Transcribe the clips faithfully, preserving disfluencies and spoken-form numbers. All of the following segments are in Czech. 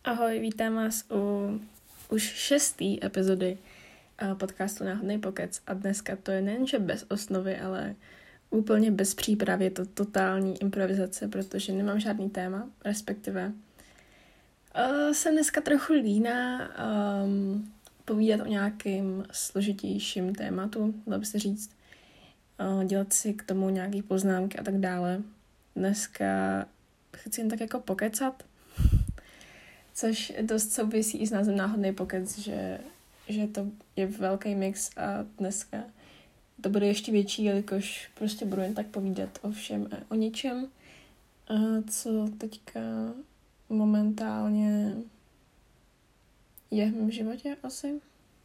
Ahoj, vítám vás u už šestý epizody podcastu Náhodný pokec a dneska to je nejenže bez osnovy, ale úplně bez přípravy, je to totální improvizace, protože nemám žádný téma, respektive uh, jsem dneska trochu líná um, povídat o nějakým složitějším tématu, dalo by se říct, uh, dělat si k tomu nějaký poznámky a tak dále. Dneska chci jen tak jako pokecat, což dost souvisí i s názvem Náhodný pokec, že, že to je velký mix a dneska to bude ještě větší, jelikož prostě budu jen tak povídat o všem a o ničem, a co teďka momentálně je v mém životě asi.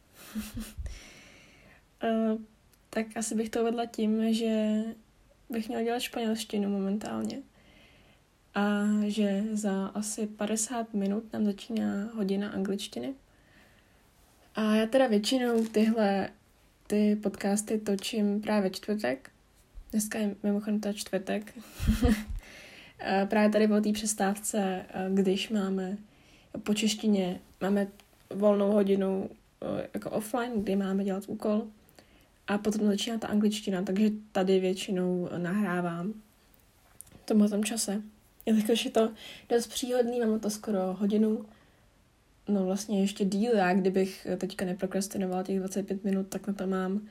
a, tak asi bych to vedla tím, že bych měla dělat španělštinu momentálně. A že za asi padesát minut nám začíná hodina angličtiny. A já teda většinou tyhle ty podcasty točím právě čtvrtek. Dneska je mimochodem ta čtvrtek. Právě tady po té přestávce, když máme po češtině, máme volnou hodinu jako offline, kdy máme dělat úkol. A potom začíná ta angličtina, takže tady většinou nahrávám v tomhle tom čase. Jelikož je to dost příhodný, mám to skoro hodinu, no vlastně ještě díl, já kdybych teďka neprokrastinovala těch dvacet pět minut, tak na to mám uh,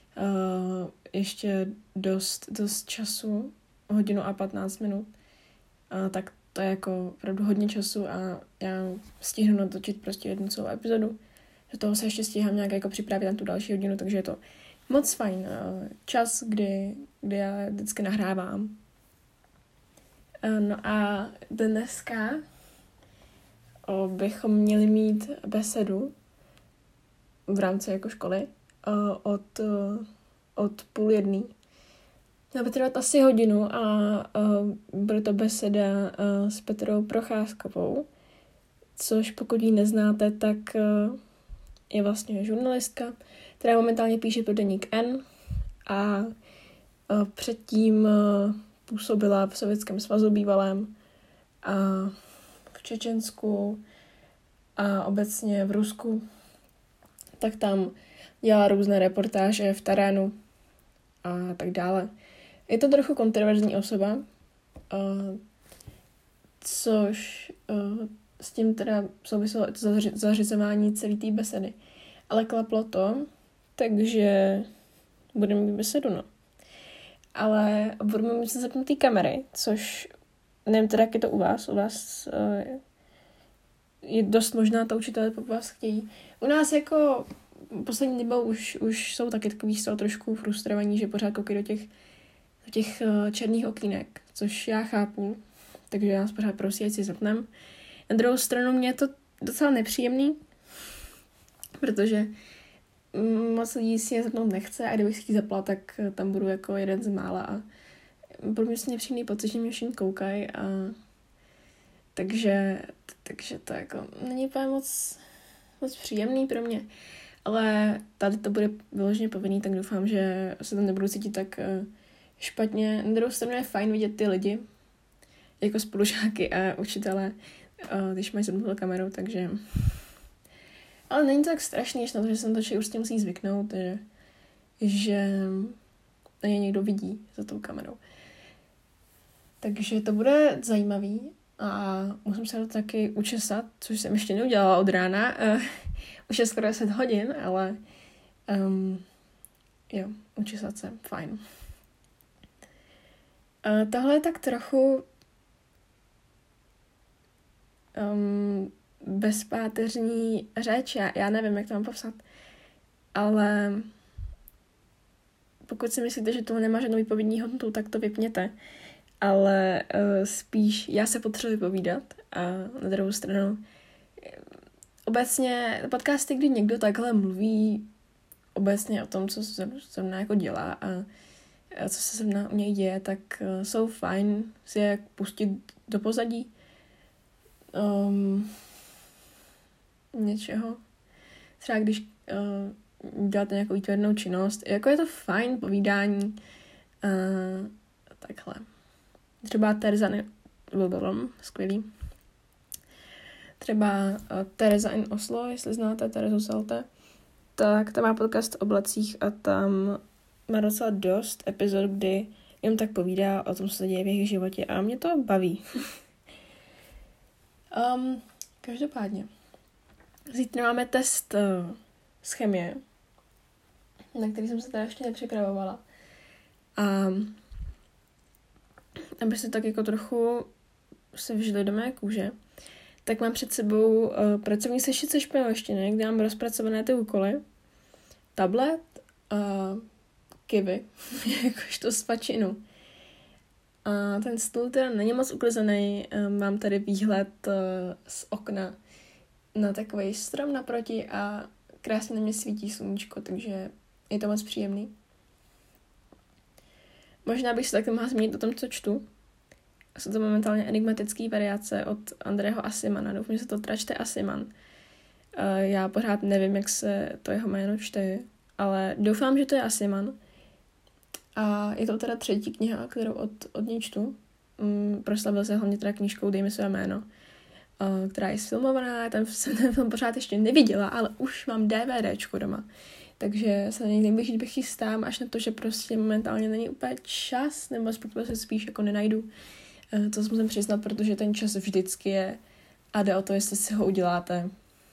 ještě dost, dost času, hodinu a patnáct minut, uh, tak to je jako opravdu hodně času a já stihnu natočit prostě jednu celou epizodu, do toho se ještě stíhám nějak jako připravit na tu další hodinu, takže je to moc fajn uh, čas, kdy, kdy já vždycky nahrávám. No a dneska o, bychom měli mít besedu v rámci jako školy o, od, o, od půl jedný. Měla by trvat asi hodinu a o, bude to beseda o, s Petrou Procházkovou, což pokud ji neznáte, tak o, je vlastně žurnalistka, která momentálně píše pro deník N a o, předtím o, působila v Sovětském svazu bývalém a v Čečensku a obecně v Rusku. Tak tam dělala různé reportáže v terénu a tak dále. Je to trochu kontroverzní osoba, což s tím teda souviselo to zařizování celé té besedy. Ale klaplo to, takže budeme mít besedu, no. Ale budeme mít se zapnutý kamery, což nevím teda, jak je to u vás. U vás uh, je dost možná to učitelé po vás chtějí. U nás jako poslední dobou už, už jsou taky takový z toho trošku frustrovaní, že pořád koukají do těch, do těch uh, černých okýnek, což já chápu, takže já nás pořád prosím, ať si zapnem. Na druhou stranu mě je to docela nepříjemný, protože moc lidí si je zapnout nechce a kdybych si ji zapla, tak tam budu jako jeden z mála a budu mít si nepříjemný pocit, že mě všichni koukají a takže, takže to jako není úplně moc, moc příjemný pro mě, ale tady to bude vyloženě povinný, tak doufám, že se tam nebudu cítit tak špatně. Na druhou stranu je fajn vidět ty lidi jako spolužáky a učitele, když mají zapnutou kameru, takže ale není to tak strašný, než na to, že jsem to už s tím musí zvyknout, že, že na ně někdo vidí za tou kamerou. Takže to bude zajímavý a musím se to taky učesat, což jsem ještě neudělala od rána. Uh, už je skoro deset hodin, ale um, jo, učesat se, fajn. Uh, tohle je tak trochu um, bezpáteřní řeč, já, já nevím, jak to mám popsat, ale pokud si myslíte, že tohle nemá žádnou výpovědní hodnotu, tak to vypněte, ale uh, spíš já se potřebuji vypovídat a na druhou stranu obecně podcasty, kdy někdo takhle mluví obecně o tom, co se se mnou jako dělá a, a co se se mnou u něj děje, tak uh, jsou fajn si je pustit do pozadí. Um, něčeho. Třeba když uh, děláte nějakou výtvarnou činnost, jako je to fajn povídání. Uh, takhle. Třeba Tarzan, skvělý. třeba uh, Tereza in Oslo, jestli znáte Terezu Salte, tak ta má podcast o oblacích a tam má docela dost epizod, kdy jen tak povídá o tom, co se děje v jejich životě a mě to baví. um, každopádně. Zítra máme test uh, z chemie, na který jsem se teda ještě nepřipravovala. A aby se tak jako trochu se vžili do mé kůže, tak mám před sebou uh, pracovní sešit se španělštiny, kde mám rozpracované ty úkoly, tablet a kivy, jakožto svačinu. A ten stůl teda není moc uklizený, uh, mám tady výhled uh, z okna na takový strom naproti a krásně na mě svítí sluníčko, takže je to moc příjemný. Možná bych se taky mohla zmínit o tom, co čtu. Jsou to momentálně enigmatické variace od Andreho Asimana. Doufám, že se to teda čte Asiman. Já pořád nevím, jak se to jeho jméno čte, ale doufám, že to je Asiman. A je to teda třetí kniha, kterou od, od něj čtu. Proslavil se hlavně teda knížkou Dej mi své jméno, která je sfilmovaná. Ten, jsem ten film pořád ještě neviděla, ale už mám DVDčko doma. Takže se na něj nejbližší době chystám, až na to, že prostě momentálně není úplně čas, nebo respektive se spíš jako nenajdu. To si musím přiznat, protože ten čas vždycky je a jde o to, jestli si ho uděláte.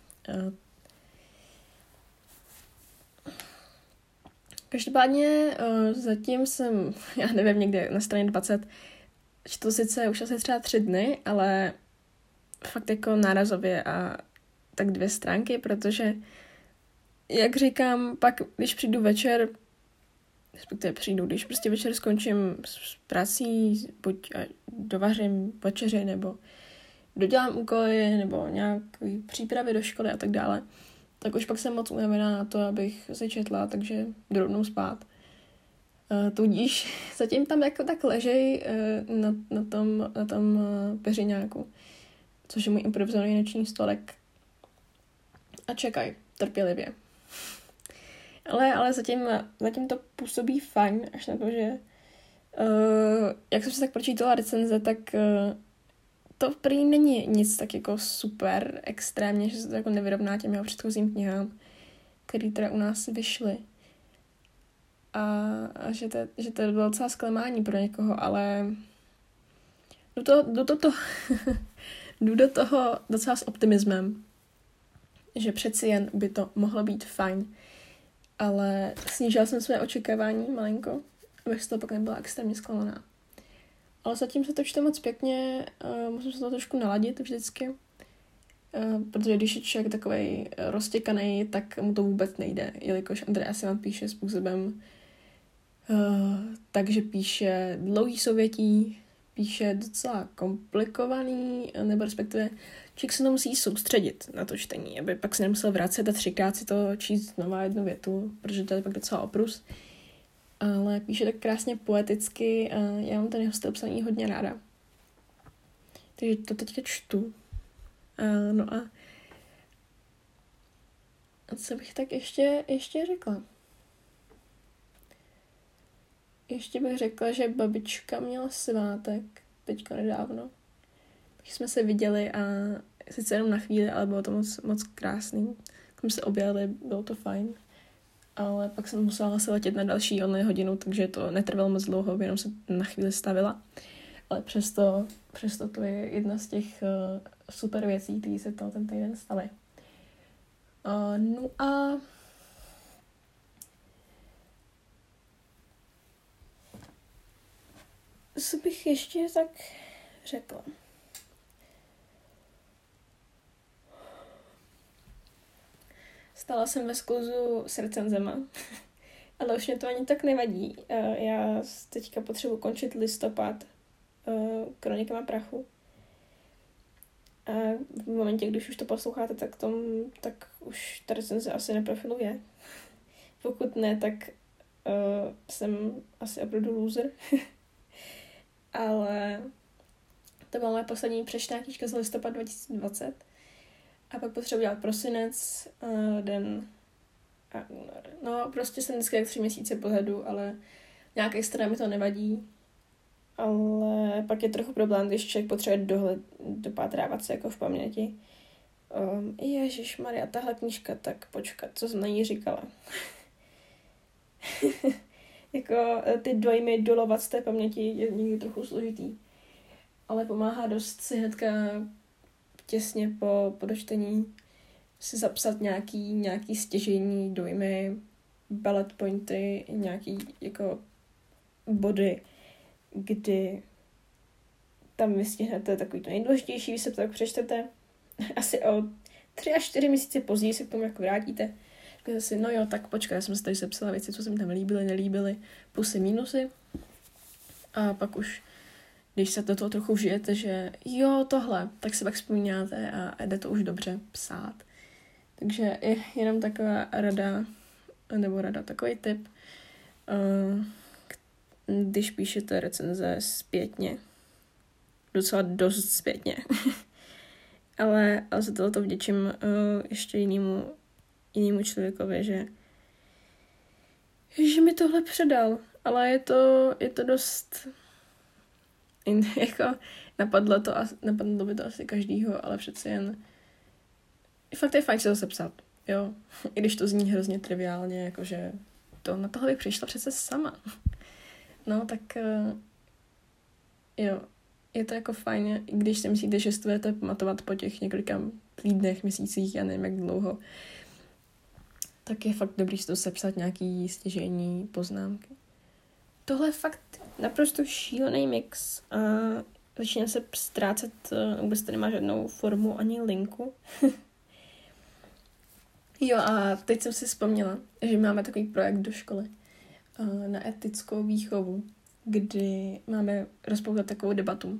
Každopádně zatím jsem, já nevím, někde na straně dvacet, čtu sice už asi třeba tři dny, ale fakt jako nárazově a tak dvě stránky, protože jak říkám, pak když přijdu večer, respektive přijdu, když prostě večer skončím s prací, buď dovařím večeři, nebo dodělám úkoly, nebo nějaké přípravy do školy a tak dále, tak už pak jsem moc unavená na to, abych se četla, takže jdu rovnou spát. Uh, tudíž zatím tam jako tak ležej uh, na, na tom, na tom uh, peřiňáku, což je můj improvizovaný noční stolek. A čekaj, trpělivě. Ale, ale zatím, zatím to působí fajn, až na to, že uh, jak jsem se tak pročítala recenze, tak uh, to prý není nic tak jako super extrémně, že se to jako nevyrovná těm jeho předchozím knihám, který teda u nás vyšly. A, a že, to, že to bylo docela zklamání pro někoho, ale jdu, to, jdu, to, to jdu do toho docela s optimismem, že přeci jen by to mohlo být fajn. Ale snížila jsem své očekávání malinko, abych z toho pak nebyla extrémně zklamaná. Ale zatím se to čte moc pěkně, uh, musím se to trošku naladit vždycky, uh, protože když je člověk takovej roztěkaný, tak mu to vůbec nejde, jelikož Andrej Asiman píše způsobem, uh, takže píše dlouhý souvětí, píše docela komplikovaný, nebo respektive člověk se to musí soustředit na to čtení, aby pak se nemusel vracet a třikrát si to číst znova jednu větu, protože to je pak docela oprus. Ale píše tak krásně poeticky a já mám ten jeho styl psaní hodně ráda. Takže to teďka čtu. A, no a, a co bych tak ještě, ještě řekla? Ještě bych řekla, že babička měla svátek teďka nedávno. Takže jsme se viděli a sice jenom na chvíli, ale bylo to moc, moc krásný. Když jsme se objeli, bylo to fajn. Ale pak jsem musela se letět na další online hodinu, takže to netrvalo moc dlouho, jenom se na chvíli stavila. Ale přesto, přesto to je jedna z těch uh, super věcí, které se to ten týden staly. Uh, no a co bych ještě tak řekla? Stala jsem ve skluzu s recenzema, ale už mě to ani tak nevadí. Já teďka potřebuji končit listopad Kronikama prachu. A v momentě, když už to posloucháte, tak, tom, tak už ta recenze asi neprofiluje. Pokud ne, tak uh, jsem asi opravdu loser. Ale to byla moje poslední přečtená knížka z listopadu dva tisíce dvacet. A pak potřebuji dělat prosinec, uh, den a únor. No, prostě jsem vždycky jak tři měsíce pozadu, ale nějak extra mi to nevadí. Ale pak je trochu problém, když člověk potřebuje dohled, dopátrávat se jako v paměti. Um, Ježišmarja, tahle knížka, tak počkat, co jsem na ní říkala. Jako ty dojmy dolovat z té paměti je někdy trochu složitý. Ale pomáhá dost si hnedka těsně po, po dočtení si zapsat nějaký, nějaký stěžejní dojmy, bullet pointy, nějaký jako body, kdy tam vystihnete takový to nejdůležitější, vy se to tak přečtete. Asi o tři až čtyři měsíce později se k tomu jako vrátíte. Říkáte si, no jo, tak počkej, já jsem si tady sepsala věci, co se mi tam líbily, nelíbily, plusy, mínusy. A pak už, když se do toho trochu vžijete, že jo, tohle, tak se pak vzpomínáte a jde to už dobře psát. Takže je jenom taková rada, nebo rada, takový tip, když píšete recenze zpětně. Docela dost zpětně. ale, ale za tohoto vděčím uh, ještě jinému, jinému člověkovi, že, že mi tohle předal. Ale je to, je to dost... jako napadlo, to, napadlo by to asi každýho, ale přeci jen fakt je fajn si to sepsat, jo. I když to zní hrozně triviálně, jakože to, na tohle bych přišla přece sama. No, tak uh, jo, je to jako fajn, i když si myslíte, že si to budete pamatovat po těch několika týdnech, měsících, já nevím jak dlouho, tak je fakt dobrý si to sepsat nějaký stěžejní poznámky. Tohle je fakt naprosto šílený mix a začíná se ztrácet, vůbec to nemá žádnou formu ani linku. Jo a teď jsem si vzpomněla, že máme takový projekt do školy na etickou výchovu, kdy máme rozpoutat takovou debatu,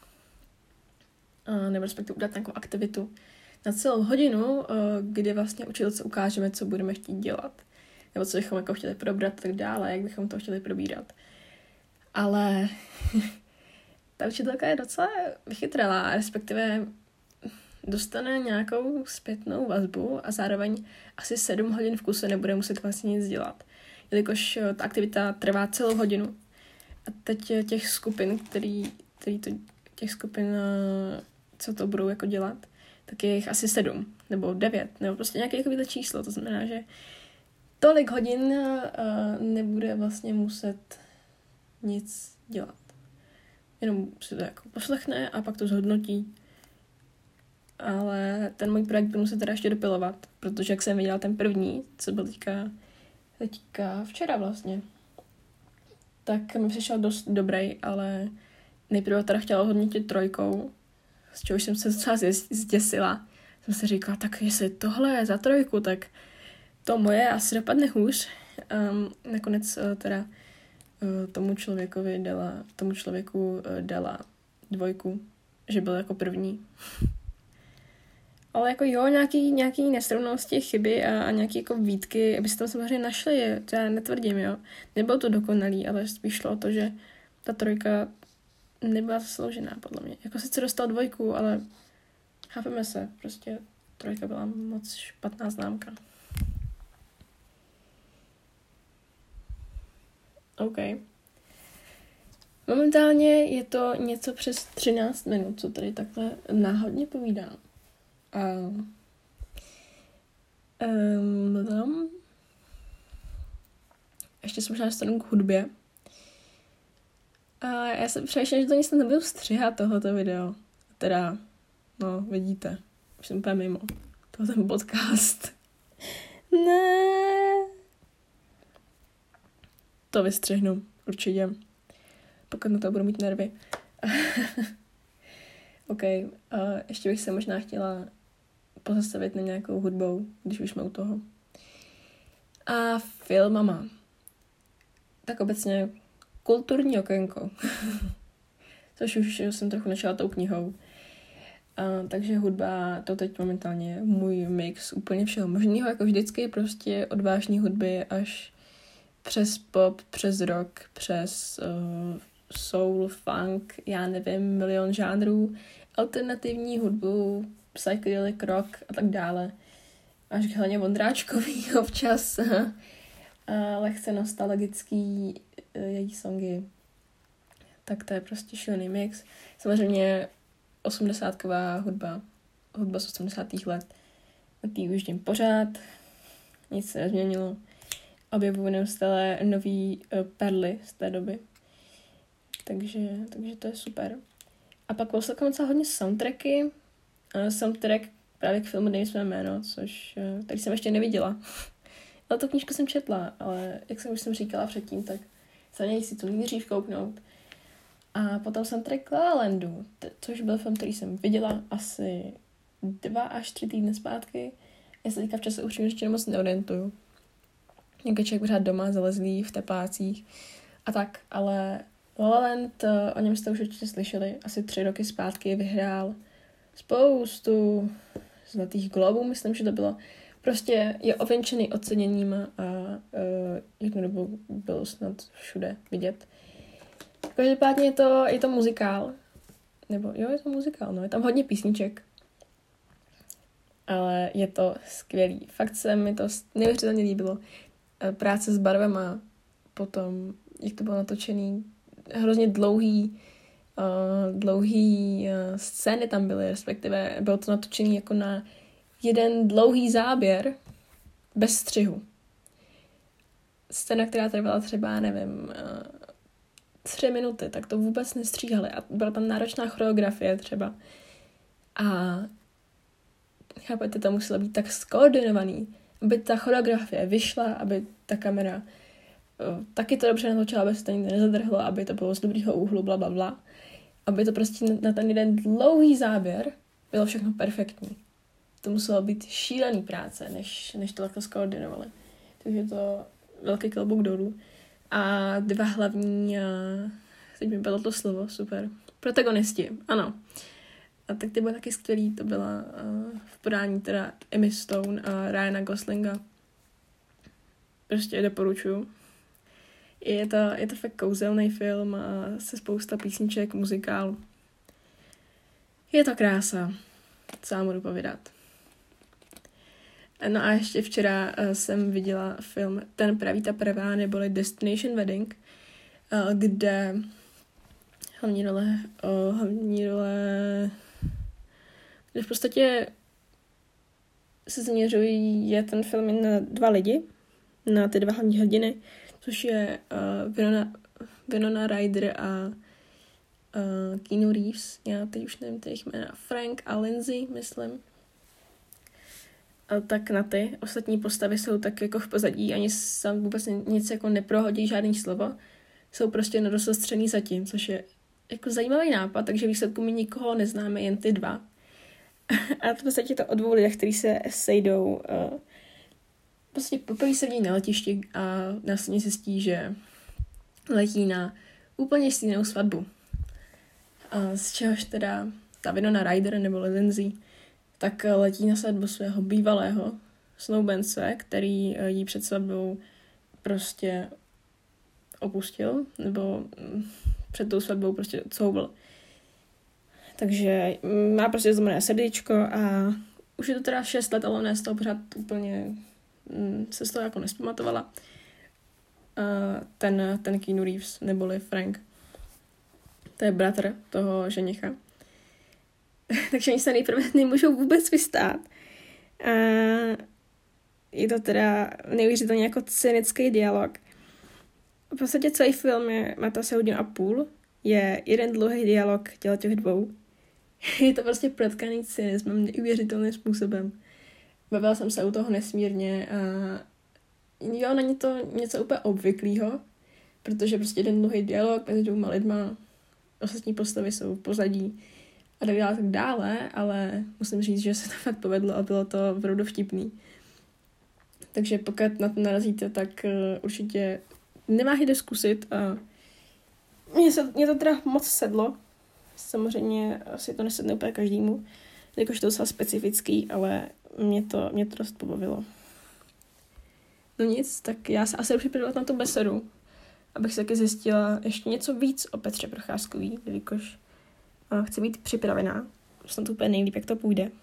nebo respektive udělat nějakou aktivitu na celou hodinu, kdy vlastně učitelce ukážeme, co budeme chtít dělat, nebo co bychom jako chtěli probrat a tak dále, jak bychom to chtěli probírat. Ale ta učitelka je docela vychytralá, respektive dostane nějakou zpětnou vazbu a zároveň asi sedm hodin v kuse nebude muset vlastně nic dělat. Jelikož ta aktivita trvá celou hodinu. A teď těch skupin, který, který to, těch skupin, co to budou jako dělat, tak je jich asi sedm, nebo devět, nebo prostě nějaké takovýhle číslo. To znamená, že tolik hodin uh, nebude vlastně muset nic dělat. Jenom si to jako poslechne a pak to zhodnotí. Ale ten můj projekt budu muset teda ještě dopilovat, protože jak jsem viděla ten první, co byl teďka, teďka včera vlastně, tak mi přišel dost dobrý, ale nejprve teda chtěla hodnotit trojkou, z čehož jsem se docela zděsila. Jsem si říkala, tak jestli tohle je za trojku, tak to moje asi dopadne hůř. Um, nakonec uh, teda uh, tomu člověkovi dala, tomu člověku uh, dala dvojku, že byl jako první. Ale jako jo, nějaký, nějaký nesrovnalosti, chyby a, a nějaké jako výtky, abyste tam samozřejmě našli, to já netvrdím, jo. Nebylo to dokonalý, ale spíš šlo o to, že ta trojka nebyla zasloužená, podle mě. Jako sice dostal dvojku, ale chápeme se, prostě trojka byla moc špatná známka. OK. Momentálně je to něco přes třináct minut, co tady takhle náhodně povídám. A um, ještě se možná dostanu k hudbě. A já jsem přemýšlela, že to nic nebudu stříhat tohleto video. Teda, no, vidíte, už jsem úplně mimo. To ten podcast. Ne. To vystřihnu, určitě. Pokud na to budu mít nervy. OK, uh, ještě bych se možná chtěla pozastavit na nějakou hudbou, když už jsme u toho. A filmama. Tak obecně kulturní okénko. Což už jsem trochu načala tou knihou. A, takže hudba, to teď momentálně je můj mix úplně všeho možného, jako vždycky prostě od vážné hudby až přes pop, přes rock, přes uh, soul, funk, já nevím, milion žánrů, alternativní hudbu, psychedelic rock a tak dále. Až k hlavně Vondráčkový občas. A lehce nostalgický uh, její songy. Tak to je prostě šílený mix. Samozřejmě osmdesátková hudba hudba z osmdesátých let. Na tý ujíždím pořád, nic se nezměnilo. Objevuju neustále nový uh, perly z té doby. Takže, takže to je super. A pak poslouchám docela hodně soundtracky. Uh, soundtrack právě k filmu Dej své jméno, což uh, tady jsem ještě neviděla. Ale tu knížku jsem četla, ale jak jsem už jsem říkala předtím, tak se něj si to nejdřív kouknout. A potom soundtrack La La Landu, t- což byl film, který jsem viděla asi dva až tři týdny zpátky. Já se teďka v čase už ještě moc neorientuju. Jak je člověk pořád doma, zalezlý v teplácích a tak, ale La La Land, o něm jste už určitě slyšeli, asi tři roky zpátky vyhrál spoustu zlatých globů, myslím, že to bylo. Prostě je ověnčený oceněním a uh, jednu dobu byl snad všude vidět. Každopádně je to, je to muzikál. Nebo jo, je to muzikál, no, je tam hodně písniček. Ale je to skvělý. Fakt se mi to neuvěřitelně líbilo. Práce s barvama, potom, jak to bylo natočený, hrozně dlouhý, uh, dlouhý uh, scény tam byly, respektive bylo to natočený jako na jeden dlouhý záběr bez střihu. Scéna, která trvala třeba, nevím, uh, tři minuty, tak to vůbec nestříhali a byla tam náročná choreografie třeba. A chápete, to muselo být tak skoordinovaný, aby ta choreografie vyšla, aby ta kamera uh, taky to dobře natočila, aby se to nikdy nezadrhlo, aby to bylo z dobrýho úhlu, bla, bla, bla. Aby to prostě na ten jeden dlouhý záběr bylo všechno perfektní. To muselo být šílený práce, než, než to takto skoordinovali. Takže to velký klobouk dolů. A dva hlavní, uh, teď mi bylo to slovo, super, protagonisti, ano. A tak ty byly taky skvělý, to byla uh, v podání teda Emmy Stone a Ryana Goslinga. Prostě doporučuju. Je to, je to fakt kouzelný film a se spousta písniček, muzikál. Je to krása, co vám budu povídat. No a ještě včera uh, jsem viděla film Ten pravý, ta pravá, neboli Destination Wedding, uh, kde hlavní role, uh, hlavní role, kde v podstatě se zaměřují, je ten film jen na dva lidi, na ty dva hlavní hrdiny, což je uh, Winona, Winona Ryder a uh, Keanu Reeves, já teď už nevím těch jména, Frank a Lindsay, myslím. A tak na ty ostatní postavy jsou tak jako v pozadí, ani sam vůbec nic jako neprohodí, žádný slovo. Jsou prostě nerozostřený zatím, což je jako zajímavý nápad, takže výsledku my nikoho neznáme, jen ty dva. A v podstatě to o dvou lidech, kteří se sejdou, uh, prostě poprvé se vidí na letišti a následně zjistí, že letí na úplně stejnou svatbu. A z čehož teda ta Winona Ryder nebo Lindsay tak letí na svatbu svého bývalého snoubence, který jí před svatbou prostě opustil, nebo před tou svatbou prostě couvl. Takže má prostě zlomené srdíčko a už je to teda šest let, ale ona z toho pořád úplně se z toho jako nespamatovala. Ten, ten Keanu Reeves, neboli Frank. To je bratr toho ženicha. Takže oni se nejprve nemůžou vůbec vystát. A je to teda neuvěřitelně jako cynický dialog. V podstatě celý film je, má to asi hodinu a půl, je jeden dlouhý dialog těla těch dvou. Je to prostě protkaný cynismem neuvěřitelným způsobem. Bavila jsem se u toho nesmírně a jo, není to něco úplně obvyklého, protože prostě jeden dlouhý dialog mezi dvouma lidma, ostatní postavy jsou v pozadí a tak dále, tak dále, ale musím říct, že se to fakt povedlo a bylo to opravdu vtipný. Takže pokud na to narazíte, tak uh, určitě neváhejte zkusit a mně, se, mně to teda moc sedlo. Samozřejmě asi to nesedne úplně každému, jakož to je docela specifický, ale mě to, mě to dost pobavilo. No nic, tak já se asi připravila na tu besedu, abych se taky zjistila ještě něco víc o Petře Procházkový, jelikož chci být připravená. Snad úplně nejlíp, jak to půjde.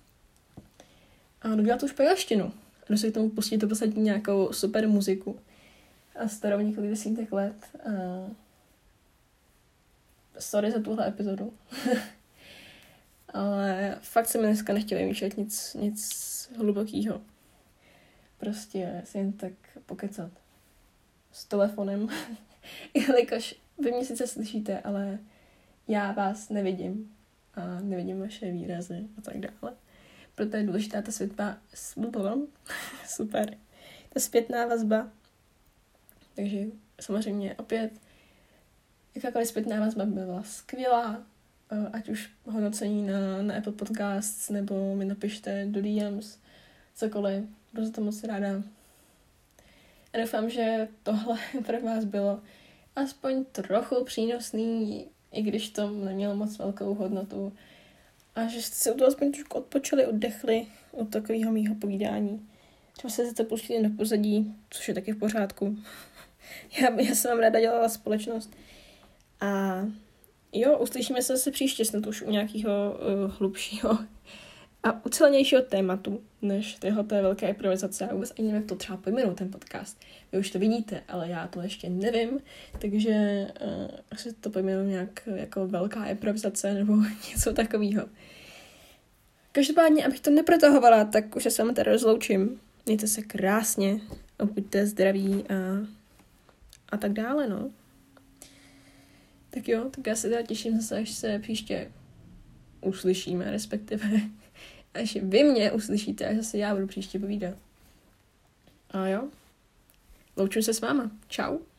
A dodělat tu španělštinu. A jdu se k tomu pustit do podstatě nějakou super muziku. A starou několik desítek let. A sorry za tuhle epizodu. ale fakt se mi dneska nechtělo vymýšlet nic, nic hlubokýho. Prostě si jen tak pokecat s telefonem, jelikož vy mě sice slyšíte, ale já vás nevidím a nevidím vaše výrazy a tak dále. Proto je důležitá ta světla, super, ta zpětná vazba. Takže samozřejmě opět, jakákoliv zpětná vazba by byla skvělá, ať už hodnocení na, na Apple Podcasts, nebo mi napište do D Ms, cokoliv, budu to moc ráda. A doufám, že tohle pro vás bylo aspoň trochu přínosný, i když to nemělo moc velkou hodnotu. A že jste se u toho aspoň trošku odpočili, oddechli od takového mýho povídání. Třeba se to pustili do pozadí, což je taky v pořádku. já, já jsem vám ráda dělala společnost. A jo, uslyšíme se zase příště, snad už u nějakého uh, hlubšího a ucelenějšího tématu, než tyhle velké improvizace. Já vůbec ani nevím, jak to třeba pojmenou, ten podcast. Vy už to vidíte, ale já to ještě nevím, takže uh, asi to pojmenou nějak jako velká improvizace nebo něco takového. Každopádně, abych to neprotahovala, tak už se s vámi tady rozloučím. Mějte se krásně, buďte zdraví a, a tak dále, no. Tak jo, tak já se teda těším zase, až se příště uslyšíme, respektive až vy mě uslyšíte, až zase já budu příště povídat. A jo, loučím se s váma. Čau.